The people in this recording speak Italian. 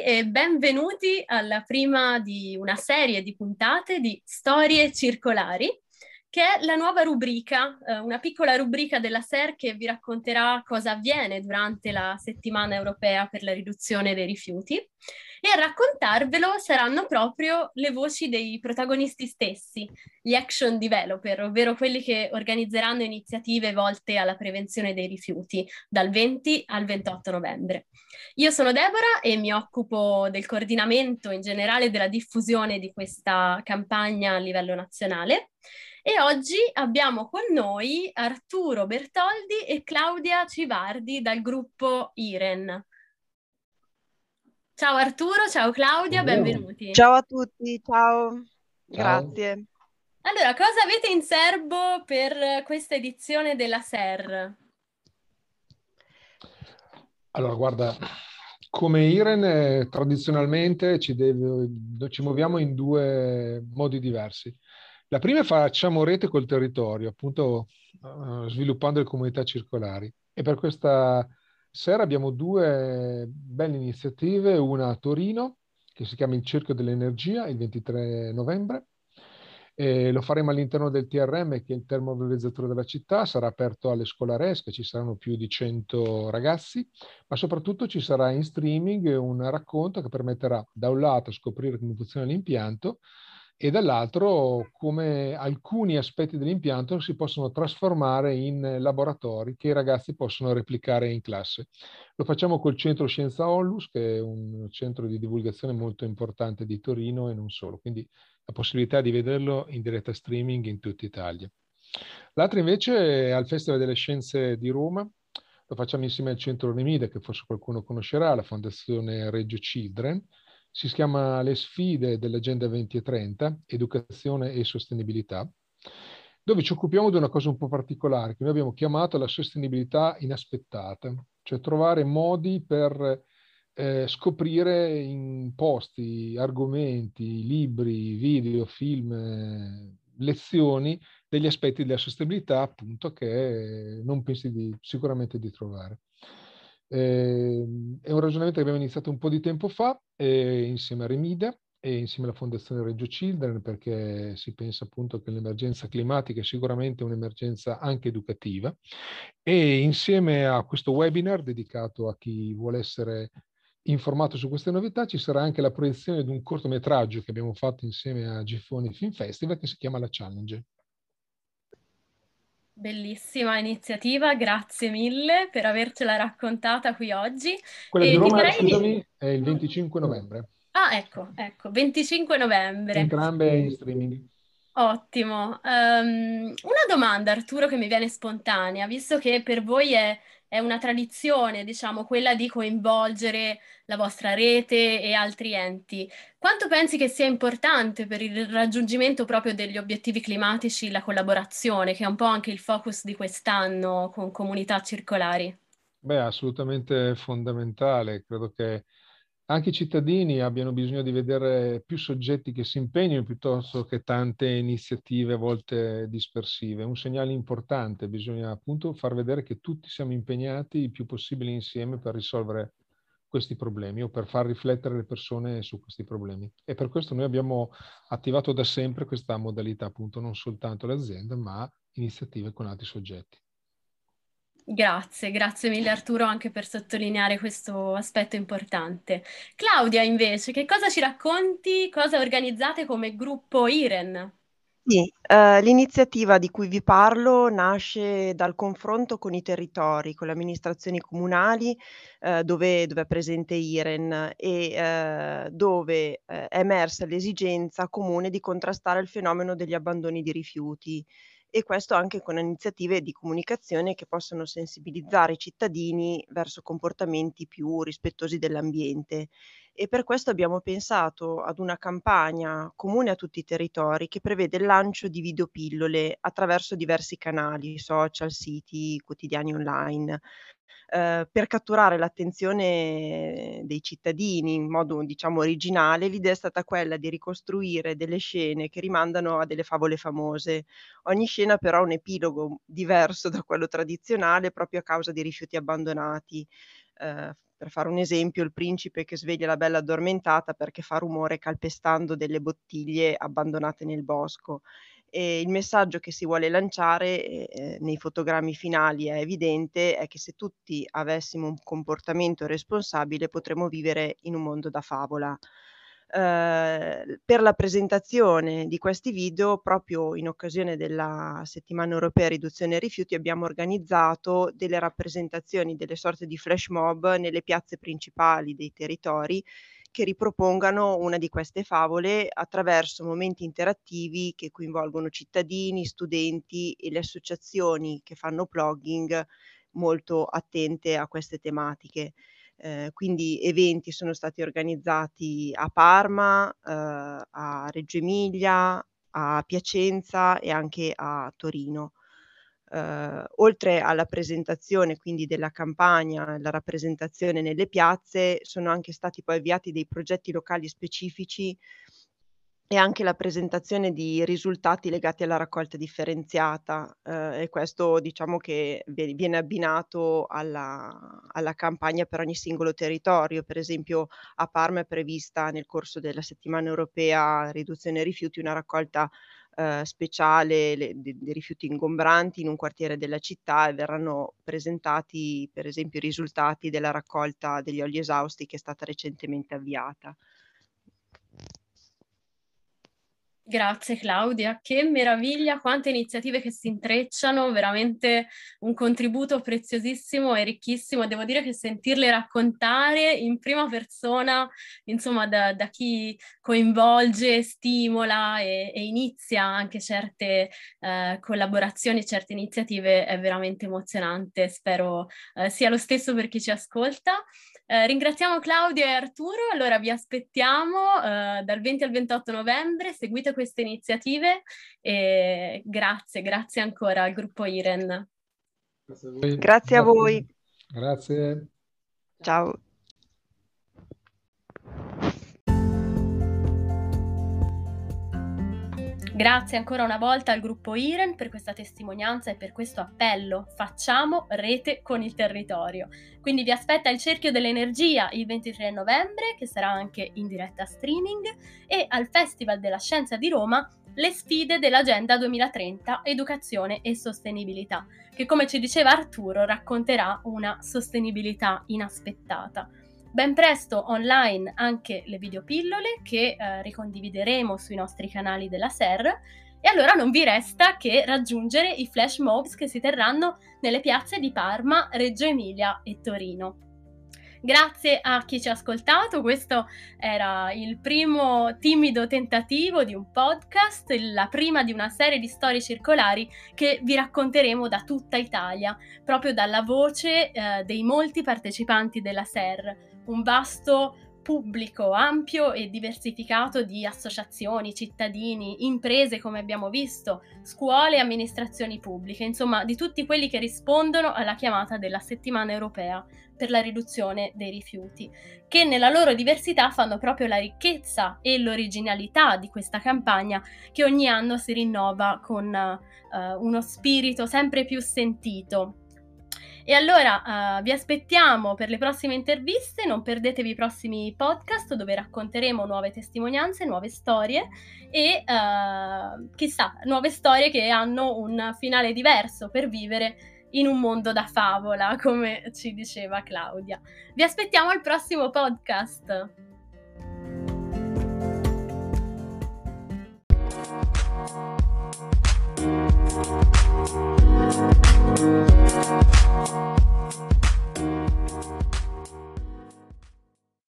e benvenuti alla prima di una serie di puntate di Storie Circolari, che è la nuova rubrica, una piccola rubrica della SER che vi racconterà cosa avviene durante la settimana europea per la riduzione dei rifiuti. E a raccontarvelo saranno proprio le voci dei protagonisti stessi, gli action developer, ovvero quelli che organizzeranno iniziative volte alla prevenzione dei rifiuti dal 20 al 28 novembre. Io sono Deborah e mi occupo del coordinamento in generale della diffusione di questa campagna a livello nazionale. E oggi abbiamo con noi Arturo Bertoldi e Claudia Civardi dal gruppo IREN. Ciao Arturo, ciao Claudia, benvenuti. Ciao a tutti, ciao, Ciao. grazie. Allora, cosa avete in serbo per questa edizione della SER? Allora, guarda, come IREN tradizionalmente ci muoviamo in due modi diversi. La prima è facciamo rete col territorio, appunto sviluppando le comunità circolari. E per questa sera abbiamo due belle iniziative, una a Torino, che si chiama il Cerchio dell'Energia, il 23 novembre. E lo faremo all'interno del TRM, che è il termovalorizzatore della città, sarà aperto alle scolaresche, ci saranno più di 100 ragazzi, ma soprattutto ci sarà in streaming un racconto che permetterà da un lato scoprire come funziona l'impianto e dall'altro come alcuni aspetti dell'impianto si possono trasformare in laboratori che i ragazzi possono replicare in classe. Lo facciamo col Centro Scienza Onlus, che è un centro di divulgazione molto importante di Torino e non solo, quindi la possibilità di vederlo in diretta streaming in tutta Italia. L'altro invece è al Festival delle Scienze di Roma, lo facciamo insieme al Centro Remida, che forse qualcuno conoscerà, la Fondazione Reggio Children. Si chiama Le sfide dell'Agenda 2030, educazione e sostenibilità, dove ci occupiamo di una cosa un po' particolare, che noi abbiamo chiamato la sostenibilità inaspettata, cioè trovare modi per scoprire in posti, argomenti, libri, video, film, lezioni degli aspetti della sostenibilità, appunto, che non pensi sicuramente di trovare. È un ragionamento che abbiamo iniziato un po' di tempo fa insieme a Remida e insieme alla Fondazione Reggio Children, perché si pensa appunto che l'emergenza climatica è sicuramente un'emergenza anche educativa, e insieme a questo webinar dedicato a chi vuole essere informato su queste novità ci sarà anche la proiezione di un cortometraggio che abbiamo fatto insieme a Gifoni Film Festival che si chiama La Challenge. Bellissima iniziativa, grazie mille per avercela raccontata qui oggi. Quella di E ti Roma, direi scusami, è il 25 novembre. Ah, ecco, 25 novembre. Entrambe in streaming. Ottimo. Una domanda, Arturo, che mi viene spontanea, visto che per voi è una tradizione, diciamo, quella di coinvolgere la vostra rete e altri enti. Quanto pensi che sia importante per il raggiungimento proprio degli obiettivi climatici la collaborazione, che è un po' anche il focus di quest'anno con comunità circolari? Beh, assolutamente fondamentale. Credo che anche i cittadini abbiano bisogno di vedere più soggetti che si impegnino piuttosto che tante iniziative a volte dispersive. È un segnale importante, bisogna appunto far vedere che tutti siamo impegnati il più possibile insieme per risolvere questi problemi o per far riflettere le persone su questi problemi. E per questo noi abbiamo attivato da sempre questa modalità, appunto, non soltanto l'azienda, ma iniziative con altri soggetti. Grazie mille Arturo anche per sottolineare questo aspetto importante. Claudia, invece, che cosa ci racconti? Cosa organizzate come gruppo IREN? Sì, l'iniziativa di cui vi parlo nasce dal confronto con i territori, con le amministrazioni comunali, dove è presente IREN e, dove, è emersa l'esigenza comune di contrastare il fenomeno degli abbandoni di rifiuti, e questo anche con iniziative di comunicazione che possono sensibilizzare i cittadini verso comportamenti più rispettosi dell'ambiente. E per questo abbiamo pensato ad una campagna comune a tutti i territori che prevede il lancio di videopillole attraverso diversi canali, social, siti, quotidiani online, per catturare l'attenzione dei cittadini in modo, diciamo, originale. L'idea è stata quella di ricostruire delle scene che rimandano a delle favole famose. Ogni scena però ha un epilogo diverso da quello tradizionale proprio a causa dei rifiuti abbandonati. Per fare un esempio, il principe che sveglia la bella addormentata perché fa rumore calpestando delle bottiglie abbandonate nel bosco. E il messaggio che si vuole lanciare, nei fotogrammi finali è evidente, è che se tutti avessimo un comportamento responsabile potremmo vivere in un mondo da favola. Per la presentazione di questi video, proprio in occasione della Settimana Europea Riduzione Rifiuti, abbiamo organizzato delle rappresentazioni, delle sorte di flash mob nelle piazze principali dei territori, che ripropongano una di queste favole attraverso momenti interattivi che coinvolgono cittadini, studenti e le associazioni che fanno blogging molto attente a queste tematiche. Quindi eventi sono stati organizzati a Parma, a Reggio Emilia, a Piacenza e anche a Torino. Oltre alla presentazione quindi della campagna, la rappresentazione nelle piazze, sono anche stati poi avviati dei progetti locali specifici e anche la presentazione di risultati legati alla raccolta differenziata, e questo diciamo che viene abbinato alla campagna per ogni singolo territorio. Per esempio a Parma è prevista nel corso della Settimana Europea Riduzione Rifiuti una raccolta, speciale dei rifiuti ingombranti in un quartiere della città e verranno presentati per esempio i risultati della raccolta degli oli esausti che è stata recentemente avviata. Grazie Claudia, che meraviglia, quante iniziative che si intrecciano, veramente un contributo preziosissimo e ricchissimo. Devo dire che sentirle raccontare in prima persona, insomma, da chi coinvolge, stimola e inizia anche certe collaborazioni, certe iniziative è veramente emozionante. Spero sia lo stesso per chi ci ascolta. Ringraziamo Claudia e Arturo, allora vi aspettiamo dal 20 al 28 novembre, seguite queste iniziative e grazie ancora al gruppo IREN. Grazie a voi. Grazie. Ciao. Grazie ancora una volta al gruppo IREN per questa testimonianza e per questo appello. Facciamo rete con il territorio. Quindi vi aspetta il Cerchio dell'Energia il 23 novembre, che sarà anche in diretta streaming, e al Festival della Scienza di Roma le sfide dell'Agenda 2030, Educazione e Sostenibilità, che come ci diceva Arturo racconterà una sostenibilità inaspettata. Ben presto online anche le videopillole che ricondivideremo sui nostri canali della SER e allora non vi resta che raggiungere i flash mobs che si terranno nelle piazze di Parma, Reggio Emilia e Torino. Grazie a chi ci ha ascoltato, questo era il primo timido tentativo di un podcast, la prima di una serie di storie circolari che vi racconteremo da tutta Italia, proprio dalla voce dei molti partecipanti della SER, un vasto pubblico ampio e diversificato di associazioni, cittadini, imprese come abbiamo visto, scuole e amministrazioni pubbliche, insomma di tutti quelli che rispondono alla chiamata della Settimana Europea per la riduzione dei rifiuti, che nella loro diversità fanno proprio la ricchezza e l'originalità di questa campagna che ogni anno si rinnova con uno spirito sempre più sentito. E allora vi aspettiamo per le prossime interviste, non perdetevi i prossimi podcast dove racconteremo nuove testimonianze, nuove storie e chissà, nuove storie che hanno un finale diverso per vivere in un mondo da favola, come ci diceva Claudia. Vi aspettiamo al prossimo podcast!